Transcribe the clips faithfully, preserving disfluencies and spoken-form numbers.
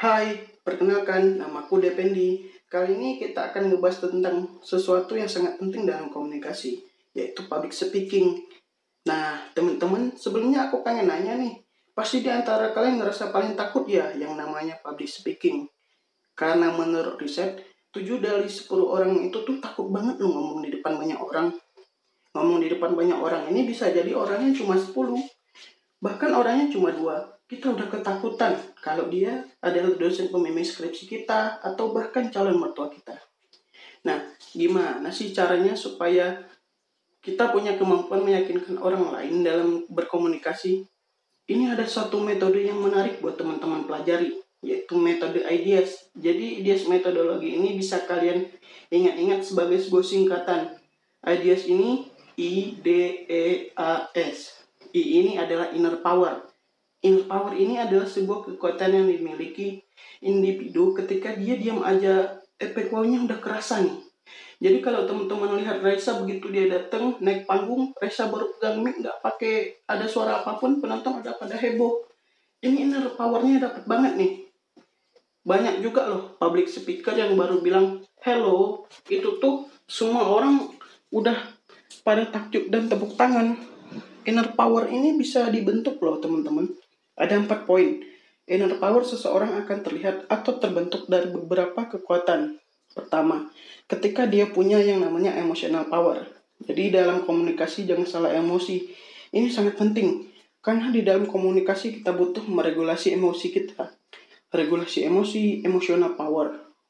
Hai, perkenalkan namaku Dependi. Kali ini kita akan ngebahas tentang sesuatu yang sangat penting dalam komunikasi, yaitu public speaking. Nah, teman-teman, sebelumnya aku pengen nanya nih, pasti di antara kalian ngerasa paling takut ya yang namanya public speaking. Karena menurut riset, tujuh dari sepuluh orang itu tuh takut banget loh ngomong di depan banyak orang. Ngomong di depan banyak orang ini bisa jadi orangnya cuma sepuluh. Bahkan orangnya cuma dua, kita udah ketakutan kalau dia adalah dosen pembimbing skripsi kita atau bahkan calon mertua kita. Nah, gimana sih caranya supaya kita punya kemampuan meyakinkan orang lain dalam berkomunikasi? Ini ada satu metode yang menarik buat teman-teman pelajari, yaitu metode IDEAS. Jadi IDEAS metodologi ini bisa kalian ingat-ingat sebagai sebuah singkatan. IDEAS ini I D E A S. I ini adalah inner power. Inner power ini adalah sebuah kekuatan yang dimiliki individu ketika dia diam aja, efek wow-nya udah kerasa nih. Jadi kalau teman-teman lihat Raisa begitu dia datang naik panggung, Raisa baru pegang mic nggak pakai ada suara apapun, penonton udah pada heboh. Ini inner power-nya dapat banget nih. Banyak juga loh public speaker yang baru bilang hello, itu tuh semua orang udah pada takjub dan tepuk tangan. Inner power ini bisa dibentuk loh teman-teman. Ada empat poin. Inner power seseorang akan terlihat atau terbentuk dari beberapa kekuatan. Pertama, ketika dia punya yang namanya emotional power. Jadi dalam komunikasi jangan salah emosi. Ini sangat penting. Karena di dalam komunikasi kita butuh meregulasi emosi kita. Regulasi emosi, emotional power.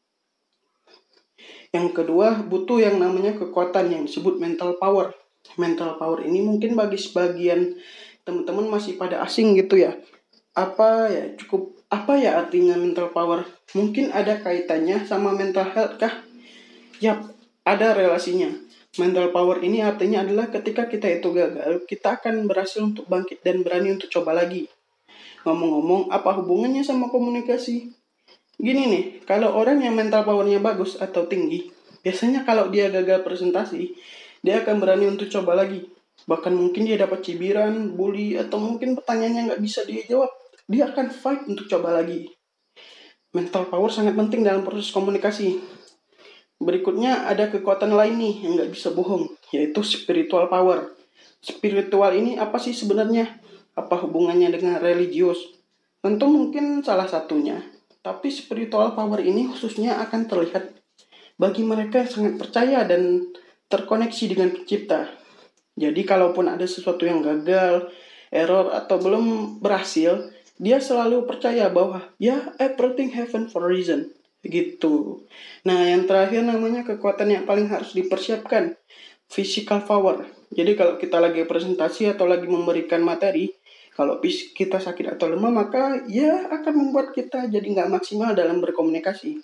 Yang kedua, butuh yang namanya kekuatan yang disebut mental power. Mental power ini mungkin bagi sebagian teman-teman masih pada asing gitu ya. Apa ya cukup apa ya artinya mental power? Mungkin ada kaitannya sama mental health kah? Yap, ada relasinya. Mental power ini artinya adalah ketika kita itu gagal, kita akan berhasil untuk bangkit dan berani untuk coba lagi. Ngomong-ngomong, apa hubungannya sama komunikasi? Gini nih, kalau orang yang mental powernya bagus atau tinggi, biasanya kalau dia gagal presentasi, dia akan berani untuk coba lagi. Bahkan mungkin dia dapat cibiran, bully, atau mungkin pertanyaannya nggak bisa dia jawab. Dia akan fight untuk coba lagi. Mental power sangat penting dalam proses komunikasi. Berikutnya ada kekuatan lain nih yang nggak bisa bohong, yaitu spiritual power. Spiritual ini apa sih sebenarnya? Apa hubungannya dengan religius? Tentu mungkin salah satunya. Tapi spiritual power ini khususnya akan terlihat bagi mereka yang sangat percaya dan terkoneksi dengan pencipta. Jadi kalaupun ada sesuatu yang gagal, error atau belum berhasil, dia selalu percaya bahwa ya everything happen for a reason. Gitu. Nah yang terakhir namanya kekuatan yang paling harus dipersiapkan, physical power. Jadi kalau kita lagi presentasi atau lagi memberikan materi, kalau kita sakit atau lemah maka ya akan membuat kita jadi nggak maksimal dalam berkomunikasi.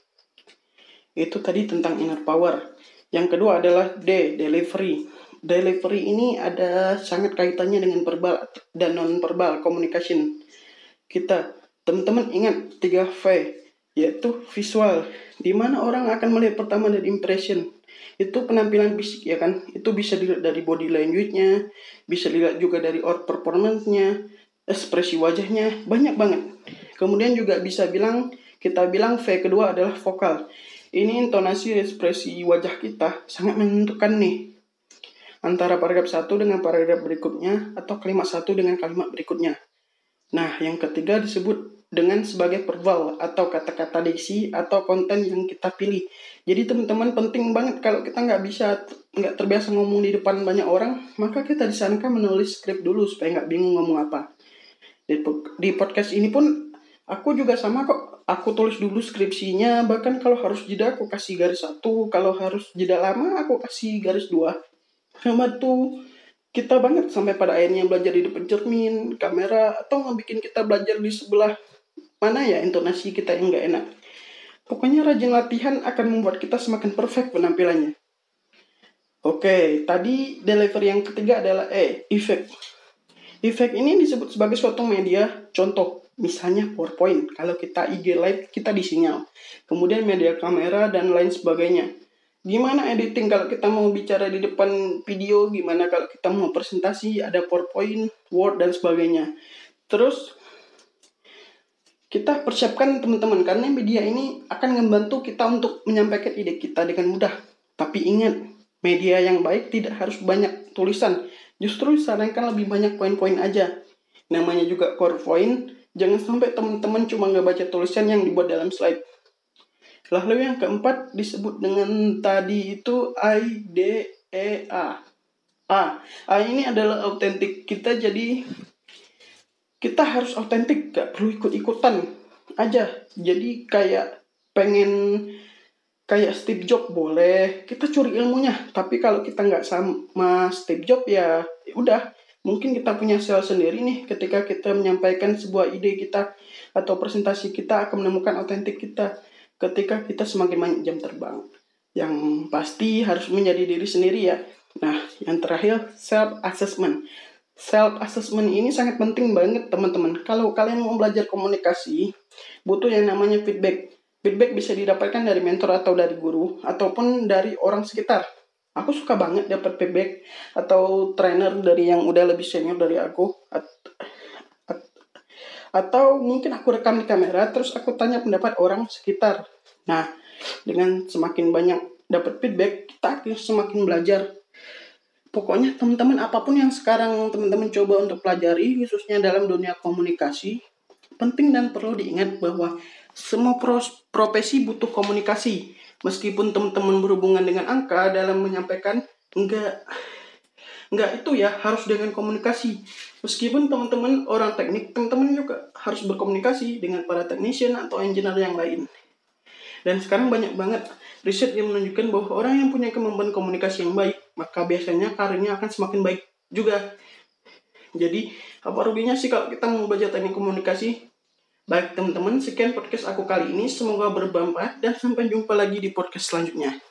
Itu tadi tentang inner power. Yang kedua adalah D, delivery. Delivery ini ada sangat kaitannya dengan verbal dan non-verbal communication. Kita, teman-teman ingat tiga V, yaitu visual. Di mana orang akan melihat pertama dari impression. Itu penampilan fisik ya kan. Itu bisa dilihat dari body language-nya, bisa dilihat juga dari out performance-nya, ekspresi wajahnya, banyak banget. Kemudian juga bisa bilang, kita bilang V kedua adalah vokal. Ini intonasi ekspresi wajah kita sangat menentukan nih antara paragraf satu dengan paragraf berikutnya atau kalimat satu dengan kalimat berikutnya. Nah, yang ketiga disebut dengan sebagai verbal atau kata-kata diksi atau konten yang kita pilih. Jadi teman-teman penting banget kalau kita nggak bisa nggak terbiasa ngomong di depan banyak orang, maka kita disarankan menulis skrip dulu supaya nggak bingung ngomong apa. Di, di podcast ini pun aku juga sama kok. Aku tulis dulu skripsinya, bahkan kalau harus jeda aku kasih garis satu, kalau harus jeda lama aku kasih garis dua. Membantu kita banget sampai pada akhirnya belajar di depan cermin, kamera, atau ngebikin kita belajar di sebelah mana ya intonasi kita yang gak enak. Pokoknya rajin latihan akan membuat kita semakin perfect penampilannya. Oke, tadi delivery yang ketiga adalah E, effect. Effect ini disebut sebagai suatu media, contoh. Misalnya PowerPoint, kalau kita I G live kita di sinyal. Kemudian media kamera dan lain sebagainya. Gimana editing kalau kita mau bicara di depan video, gimana kalau kita mau presentasi, ada PowerPoint, Word dan sebagainya. Terus kita persiapkan teman-teman, karena media ini akan membantu kita untuk menyampaikan ide kita dengan mudah. Tapi ingat, media yang baik tidak harus banyak tulisan. Justru disarankan lebih banyak poin-poin aja. Namanya juga PowerPoint, jangan sampai teman-teman cuma nggak baca tulisan yang dibuat dalam slide. Lalu yang keempat disebut dengan tadi itu I D E A. A, A ini adalah autentik. Kita jadi kita harus autentik, gak perlu ikut-ikutan aja. Jadi kayak pengen kayak Steve Jobs boleh, kita curi ilmunya. Tapi kalau kita nggak sama Steve Jobs ya, ya udah. Mungkin kita punya sel sendiri nih. Ketika kita menyampaikan sebuah ide kita atau presentasi kita akan menemukan autentik kita. Ketika kita semakin banyak jam terbang, yang pasti harus menjadi diri sendiri ya. Nah, yang terakhir self assessment. Self assessment ini sangat penting banget teman-teman. Kalau kalian mau belajar komunikasi, butuh yang namanya feedback. Feedback bisa didapatkan dari mentor atau dari guru, ataupun dari orang sekitar. Aku suka banget dapat feedback atau trainer dari yang udah lebih senior dari aku. At- at- atau mungkin aku rekam di kamera, terus aku tanya pendapat orang sekitar. Nah, dengan semakin banyak dapat feedback, kita akan semakin belajar. Pokoknya teman-teman, apapun yang sekarang teman-teman coba untuk pelajari, khususnya dalam dunia komunikasi, penting dan perlu diingat bahwa semua pros- profesi butuh komunikasi. Meskipun teman-teman berhubungan dengan angka dalam menyampaikan, enggak enggak itu ya, harus dengan komunikasi. Meskipun teman-teman orang teknik, teman-teman juga harus berkomunikasi dengan para technician atau engineer yang lain. Dan sekarang banyak banget riset yang menunjukkan bahwa orang yang punya kemampuan komunikasi yang baik, maka biasanya karirnya akan semakin baik juga. Jadi, apa ruginya sih kalau kita mau belajar teknik komunikasi? Baik teman-teman, sekian podcast aku kali ini. Semoga bermanfaat dan sampai jumpa lagi di podcast selanjutnya.